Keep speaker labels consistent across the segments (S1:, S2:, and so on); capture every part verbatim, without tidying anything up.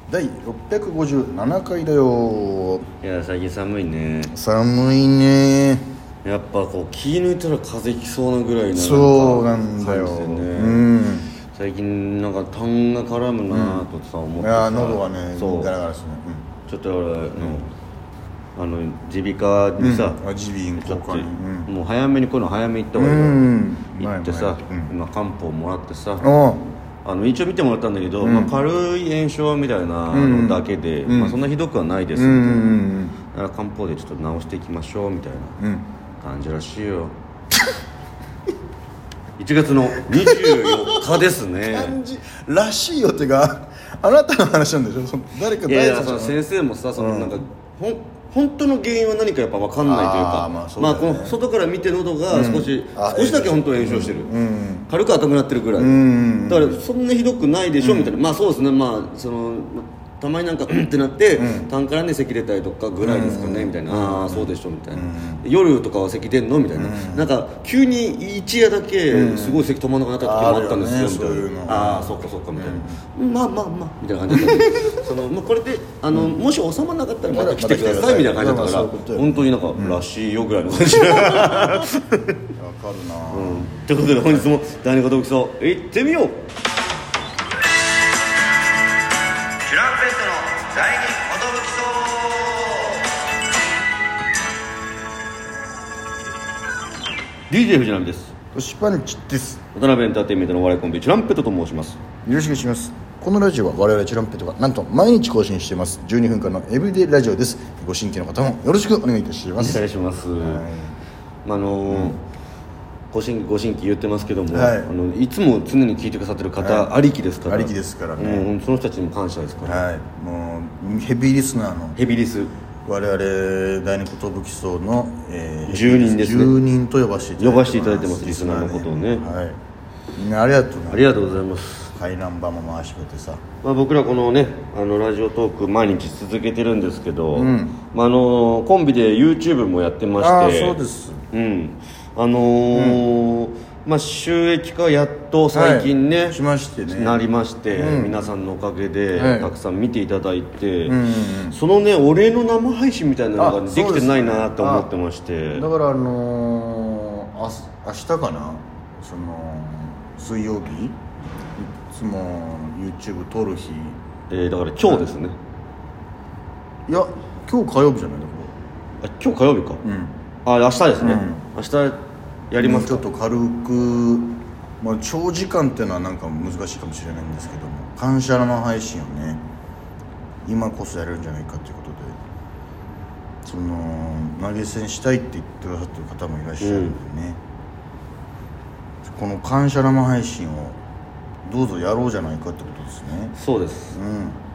S1: だいろっぴゃくごじゅうななかいだよ。
S2: いや最近寒いね。
S1: 寒いね。
S2: やっぱこう気抜いたら風邪ひきそうなぐらいな
S1: そうなんだよ、
S2: 感じでね、
S1: うん、
S2: 最近なんか痰が絡むなぁとさ、うん、思ってさ、
S1: いや喉がね
S2: そう
S1: ガラガラするね、
S2: うん、ちょっと俺、うん、あの耳鼻科にさ、
S1: うん、耳鼻科に、
S2: うん、もう早めにこういうの早めに行った方がいいよ、うん、行ってさ、うん、今漢方もらってさ、あの一応見てもらったんだけど、うん、まあ、軽い炎症みたいなのだけで、うん、まあ、そんなひどくはないですみたいな、うん、だから漢方でちょっと治していきましょうみたいな感じらしいよ。いちがつのにじゅうよっかですね。
S1: 感じらしいよってか、あなたの話なんでしょ。その誰か
S2: いやいや、その先生もさ、そのなんか、うん、ほん本当の原因は何かやっぱ分かんないというか、あ、まあそうだね、まあ、この外から見て喉が少し、うん、少しだけ本当に炎症してる、うんうん、軽く赤くなってるぐらい、うん、だからそんなひどくないでしょ、うん、みたいな。まあそうですね、まあそのたまになんかうんってなって、うん、痰からね咳出たりとかぐらいですかね、うん、みたいな、うん、ああそうでしょみたいな、うん、夜とかは咳出んのみたいな、うん、なんか急に一夜だけすごい咳止まんなくなった時もあったんですよ、うん、みたいな、ね、ああそっかそっかみたいな、うん、まあまあまあみたいな感じだったその、まあ、これであの、うん、もし収まらなかったらまた来てくださいみたいな感じだったから、本当になんか、うん、らしいよぐらいの感じわかるな、うん、ということで本日も第二言基礎いってみよう。ディージェー 藤波です。
S1: トシパンチです。
S2: 渡辺エンターテインメントのお笑いコンビチュランペットと申します。
S1: よろしくお願いします。このラジオは我々チュランペットがなんと毎日更新していますじゅうにふんかんのエブリデイラジオです。ご新規の方もよろしくお願いいたします。
S2: お願いします。はい、まああのーうん、ご新規ご新規言ってますけども、はい、あのいつも常に聞いてくださってる方、はい、ありきですから。
S1: ありきですからね。
S2: もうその人たちにも感謝ですから。
S1: はい。もうヘビーリスナーの
S2: ヘビーリス。
S1: 我々第二寿荘の、えー、
S2: じゅうにんですね。
S1: じゅうにんと呼ばせていただいてます。
S2: 呼ばせていただいてますリスナーのことをね。はい。
S1: みんなありがとう。
S2: ありがとうございます。
S1: 回覧板も回してくれてさ。
S2: まあ僕らこのねあのラジオトーク毎日続けてるんですけど、うん、まああのコンビで YouTube もやってまして。
S1: ああそうです。
S2: うん。あのー。うんまあ、収益化やっと最近ね、はい、
S1: しましてね
S2: なりまして、うん、皆さんのおかげで、はい、たくさん見ていただいて、うんうんうん、そのねお礼の生配信みたいなのができてないなと思ってまして、
S1: ね、だからあのー、あ明日かなその水曜日いつも YouTube 撮る日、
S2: えー、だから今日ですね、
S1: いや今日火曜日じゃない
S2: だかあ今日火曜日か、うん、あ明日ですね、うん、明日やりますか。
S1: ちょっと軽く、まあ、長時間っていうのはなんか難しいかもしれないんですけども感謝生配信をね今こそやれるんじゃないかということでその投げ銭したいって言ってくださってる方もいらっしゃるんでね、うん、この感謝生配信をどうぞやろうじゃないかってことですね。
S2: そうです、うん、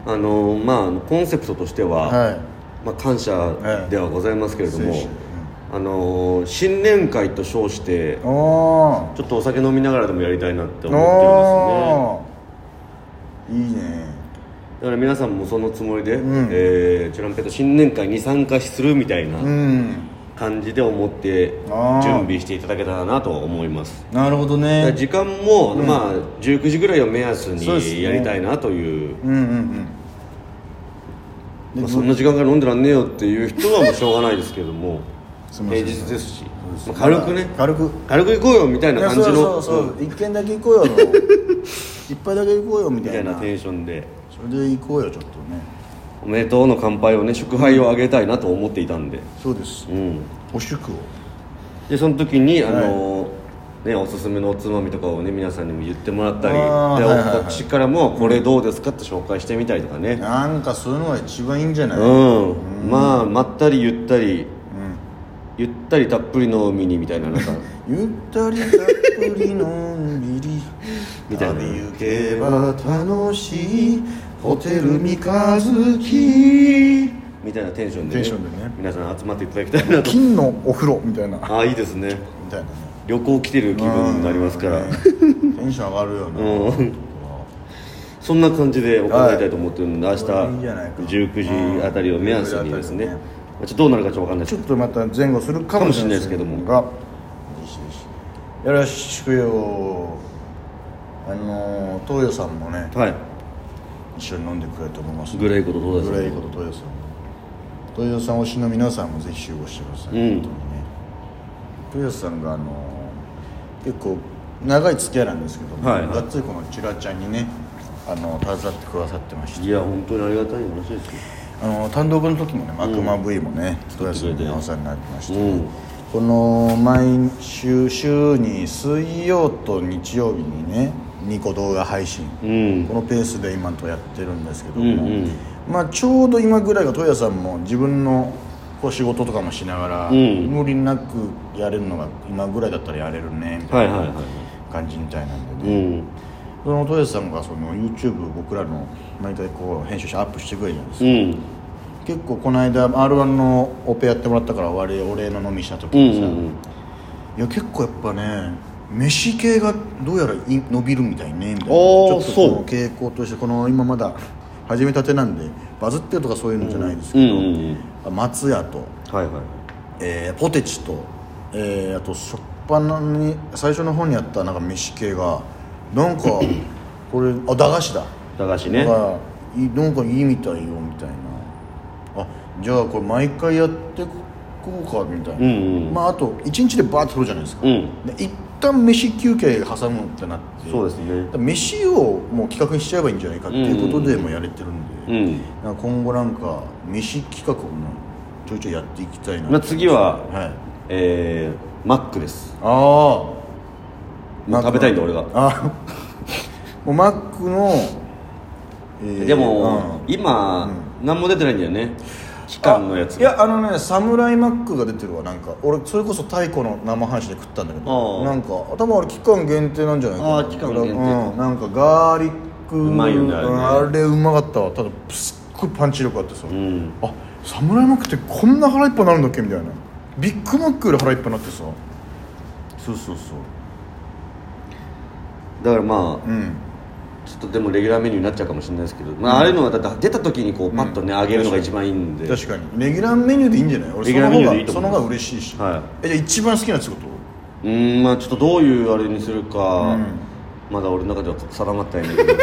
S2: あのまあコンセプトとしては、はいまあ、感謝ではございますけれども、はいあのー、新年会と称してちょっとお酒飲みながらでもやりたいなって思ってるんですよね。
S1: いいね。
S2: だから皆さんもそのつもりで、うんえー、チュランペット新年会に参加するみたいな感じで思って準備していただけたらなと思います。
S1: なるほどね。
S2: 時間も、うんまあ、じゅうくじぐらいを目安にやりたいなという、うんうんうんまあ、そんな時間から飲んでらんねえよっていう人はもうしょうがないですけども平日ですし、まあ、軽くね
S1: 軽く
S2: 軽く行こうよみたいな感じのそう
S1: そうそう、うん、一軒だけ行こうよの一杯だけ行こうよみたいな
S2: テンションで
S1: それで行こうよちょっとね
S2: おめでとうの乾杯をね祝杯をあげたいなと思っていたんで、
S1: そうです、うん、お祝を
S2: でその時にあの、はいね、おすすめのおつまみとかをね皆さんにも言ってもらったりで、はいはいはい、こっちからもこれどうですかって紹介してみたりとかね、
S1: なんかそういうのが一番いいんじゃない、
S2: うんうん、まあまったりゆったりゆったりたっぷり飲みにみたいななんか
S1: ゆったりたっぷりのんびり
S2: みたいな
S1: 旅行けば楽しいホテル三日月
S2: みたいなテンションで、
S1: ね、テンションでね
S2: 皆さん集まっていただきたいなと。
S1: 金のお風呂みたいな
S2: ああいいですね
S1: みたいなね
S2: 旅行来てる気分になりますから、ね、
S1: テンション上がるよね、
S2: うん、そんな感じで行いたいと思ってるので、はい、明日じゅうくじあたりを目安にですね、ちょっとどうなるかちょっと分かんないです
S1: ちょっとまた前後するかもしれないですけどもがよろしくよ。あの東洋さんもね、
S2: はい、
S1: 一緒に飲んでくれると思います、
S2: グレイこと東
S1: グレイこと東洋さん東洋さん推しの皆さんもぜひ集合してください、うん、本当にね東洋さんがあの結構長い付き合いなんですけども、はいはい、がっつりこのチラちゃんにねあの携わってくださってました。
S2: いや本当にありがたい話ですよ。
S1: あの単独の時もねマクマ V もね東洋さんにお世話になってました、うん、この毎週週に水曜と日曜日にねにこ動画配信、うん、このペースで今とやってるんですけども、うんうん、まあちょうど今ぐらいが東洋さんも自分のこう仕事とかもしながら、うん、無理なくやれるのが今ぐらいだったらやれるねみたいな感じみたいなんでね、うん、その東洋さんがその YouTube 僕らの毎回こう編集してアップしてくれるじゃないですか、うん、結構この間 アールワン のオペやってもらったからお礼の飲みした時にさ、うんうんうん、いや結構やっぱね飯系がどうやら伸びるみたいねみたいなちょっとこの傾向としてこの今まだ始めたてなんでバズってるとかそういうのじゃないですけど、うんうんうん、松屋と、はいはいえー、ポテチと、えー、あとしょっぱなに最初の方にあったなんか飯系がなんかこれあ駄菓子だ
S2: 駄菓子ね
S1: なんかいいなんかいいみたいよみたいなあじゃあこれ毎回やってこうかみたいな、うんうん、まああといちにちでバーッと取るじゃないですか、うん、で一旦飯休憩挟むってなって
S2: そうですね
S1: 飯をもう企画にしちゃえばいいんじゃないかっていうことでもやれてるんで、うんうん、なんか今後なんか飯企画をちょいちょいやっていきたいな、まあ、
S2: 次は、はいえー、マックです
S1: ああ
S2: 食べたいんだ俺があ
S1: もうマックの、
S2: えー、でも、うん、今、うん、何も出てないんだよね期間のやつ
S1: いやあのねサムライマックが出てるわなんか俺それこそ太古の生配信で食ったんだけどなんか多分あれ期間限定なんじゃないかな
S2: あ期間限定、うん、
S1: なんかガーリック
S2: うまいよねあれね
S1: あれうまかったわただすっごいパンチ力あってさ、うん、あサムライマックってこんな腹いっぱいになるんだっけみたいなビッグマックより腹いっぱいになってさそうそうそう
S2: だからまあ、うんちょっとでもレギュラーメニューになっちゃうかもしれないですけど、まあ、ああいうのはだって出た時にこうパッとね、うん、上げるのが一番いいんで
S1: 確かにレギュラーメニューでいいんじゃない俺その方がその方が嬉しいし、はい、えじゃあ一番好きなやつってこと
S2: うーんまあちょっとどういうあれにするか、うん、まだ俺の中では定まったんやけど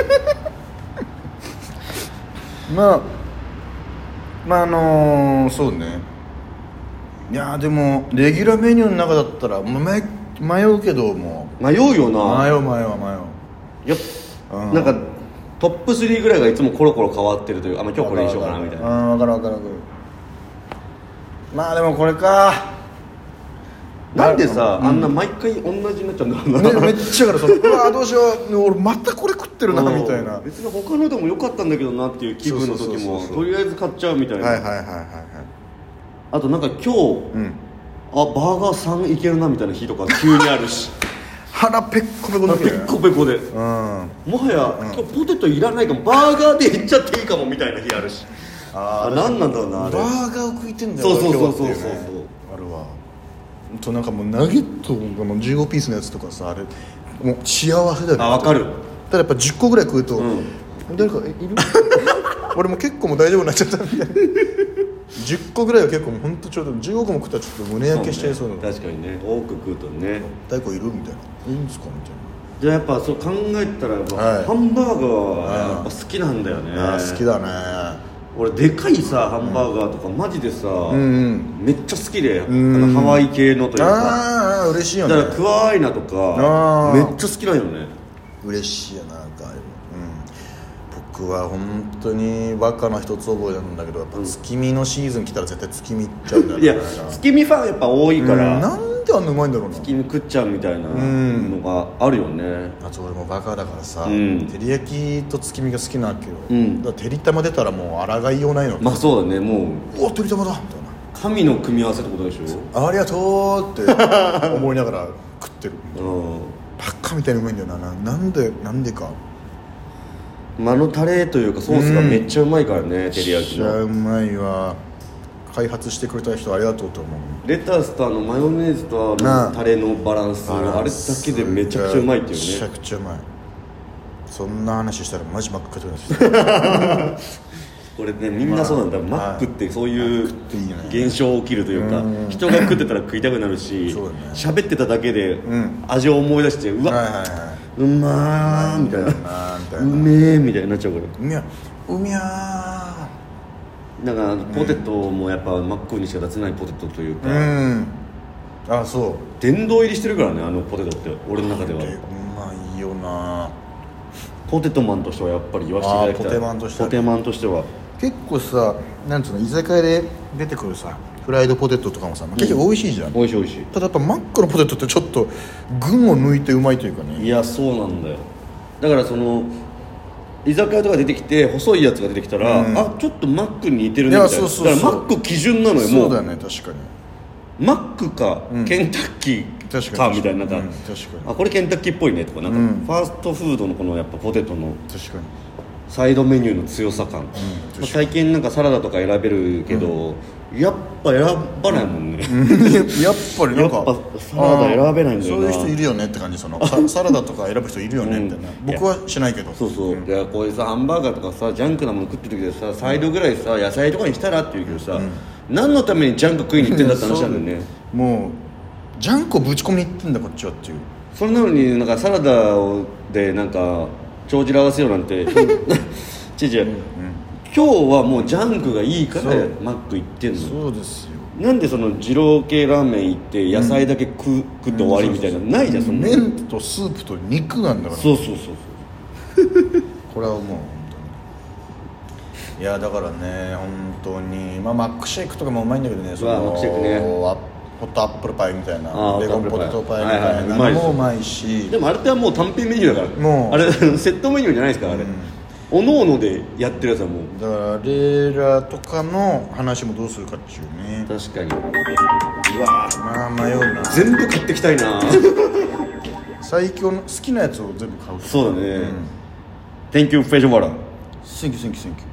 S1: まあまああのー、そうねいやでもレギュラーメニューの中だったら迷迷うけども
S2: 迷うよな
S1: 迷う迷う迷う
S2: やっうん、なんかトップスリーぐらいがいつもコロコロ変わってるというあ、まあ、今日これにしようかなみたいな
S1: 分かる分かる分かるまあでもこれか
S2: なんでさ、うん、あんな毎回同じになっちゃうんだろうな、
S1: ね、めっちゃからさうわどうしよう俺またこれ食ってるなみたいな
S2: 別に他のでもよかったんだけどなっていう気分の時もとりあえず買っちゃうみたいな
S1: はいはいはいはいはい
S2: あとなんか今日、うん、あバーガーさんいけるなみたいな日とか急にあるし
S1: 腹ペッコペコ
S2: でペッコペコで、うん、もはや、うん、今日ポテトいらないかもバーガーでいっちゃっていいかもみたいな日あるしああ何なんだろうなあれ
S1: バーガーを食いてんだよ
S2: そうそうそうそうそう、ね、
S1: あれはとなんかもうナゲットのじゅうごピースのやつとかさあれもう幸せだよね
S2: あ分かる
S1: ただやっぱじゅっこぐらい食うと、うん、誰かいる俺も結構もう大丈夫になっちゃったみたいなじゅっこぐらいは結構もうほんとちょうどじゅうごこも食ったらちょっと胸焼けしちゃいそうなの、
S2: ね、確かにね多く食うとね
S1: 大根いるみたいないいんですかみたいな
S2: じゃあやっぱそう考えたら、はい、ハンバーガーはやっぱ好きなんだよね
S1: あ好きだね
S2: 俺でかいさハンバーガーとかマジでさ、うん、めっちゃ好きで、うん、あのハワイ系のというか
S1: ああ嬉しいよね
S2: だからクワアイナとかめっちゃ好きなんよね
S1: 嬉しいやななんか僕は本当にバカな一つ覚えなんだけどやっぱ月見のシーズン来たら絶対月見いっちゃうんだよね
S2: いや月見ファンやっぱ多いから、
S1: うん、なんであんなうまいんだろうな
S2: 月見食っちゃうみたいなのがあるよね、うん、
S1: あと俺もバカだからさ、うん、照り焼きと月見が好きなわけよ、うん、だから照り玉出たらもう抗いようないの
S2: まあそうだねも
S1: ううわ照り玉だみたいな
S2: 神の組み合わせってことでしょ
S1: ありがとうって思いながら食ってる、うん、バカみたいにうまいんだよななんでなんでか
S2: あのタレというかソースがめっちゃうまいからね、うん、照り焼きの
S1: めっちゃうまいわ開発してくれた人ありがとうと思う
S2: レタスとあのマヨネーズとあのタレのバランスあれだけでめちゃくちゃうまいっていうね
S1: めちゃくちゃうまいそんな話したらマジマック買ってくれない
S2: これねみんなそうなんだ、まあ、マックってそういう現象起きるというか、うん、人が食ってたら食いたくなるし喋、ね、ってただけで味を思い出してうわ、はいはいはい、うまーみたいなうめーみたいになっちゃうから
S1: いや海や
S2: なんかポテトもやっぱマックにしか出せないポテトというか、
S1: うん、あそう
S2: 殿堂入りしてるからね、あのポテトって俺の中では。
S1: うまいよな。
S2: ポテトマンとしてはやっぱり言わせていただきたい。
S1: ポテマンとしては
S2: ポテマンとしては
S1: 結構さ、なんつうの、居酒屋で出てくるさフライドポテトとかもさ、まあ、結構美味しいじゃん、うん、
S2: 美味しい美味しい。
S1: ただやっぱマックのポテトってちょっと群を抜いてうまいというかね。
S2: いやそうなんだよ。だからその居酒屋とか出てきて細いやつが出てきたら、うん、あちょっとマックに似てるねみたいな。いやそうそうそう、だからマック基準なのよ。もう
S1: そうだよね、確かに
S2: マックか、うん、ケンタッキーかみたいな、なんか、うん、確かにあこれケンタッキーっぽいねとか、なんか、うん、ファーストフードのこのやっぱポテトの
S1: 確かに
S2: サイドメニューの強さ感、うん、まあ、最近なんかサラダとか選べるけど、うん、やっぱ選ばないもんね、
S1: うん、やっぱりなんか
S2: やっぱサラダ選べないんだよな。
S1: そういう人いるよねって感じ。そのサラダとか選ぶ人いるよねみたいな、うん、僕はしないけど。
S2: そうそう、うん、いやこういうさハンバーガーとかさジャンクなもの食ってる時でさ、サイドぐらいさ野菜とかにしたらって言うけどさ、うん、何のためにジャンク食いに行ってんだって話なんだよね。
S1: もうジャンクをぶち込みに行ってんだこっちはっていう。
S2: それなのになんかサラダでなんか帳尻合わせようなんてちいちゃい、うんうん、今日はもうジャンクがいいからマック行ってんの。
S1: そうですよ。
S2: なんでその二郎系ラーメン行って野菜だけ食,、うん、食って終わりみたいな、うん、ないじゃん。その
S1: 麺とスープと肉なんだから。
S2: そうそうそうそう
S1: これはもう本当にいやだからね本当に、まあ、マックシェイクとかもうまいんだけどね。その
S2: マックシェイクね、
S1: ホットアップルパイみたいなベーコンポテトパイみたいなのもうまいし、
S2: でもあれってもう単品メニューだから、もうあれセットメニューじゃないですから、あれ、うん、おのおのでやってるやつはもう
S1: だからレーラーとかの話もどうするかっていうね。
S2: 確かに。うわ
S1: まあ迷うな。
S2: 全部買ってきたいな
S1: 最強の好きなやつを全部買う。
S2: そうだね、うん、Thank you フェジョバラ。
S1: Thank you Thank you Thank you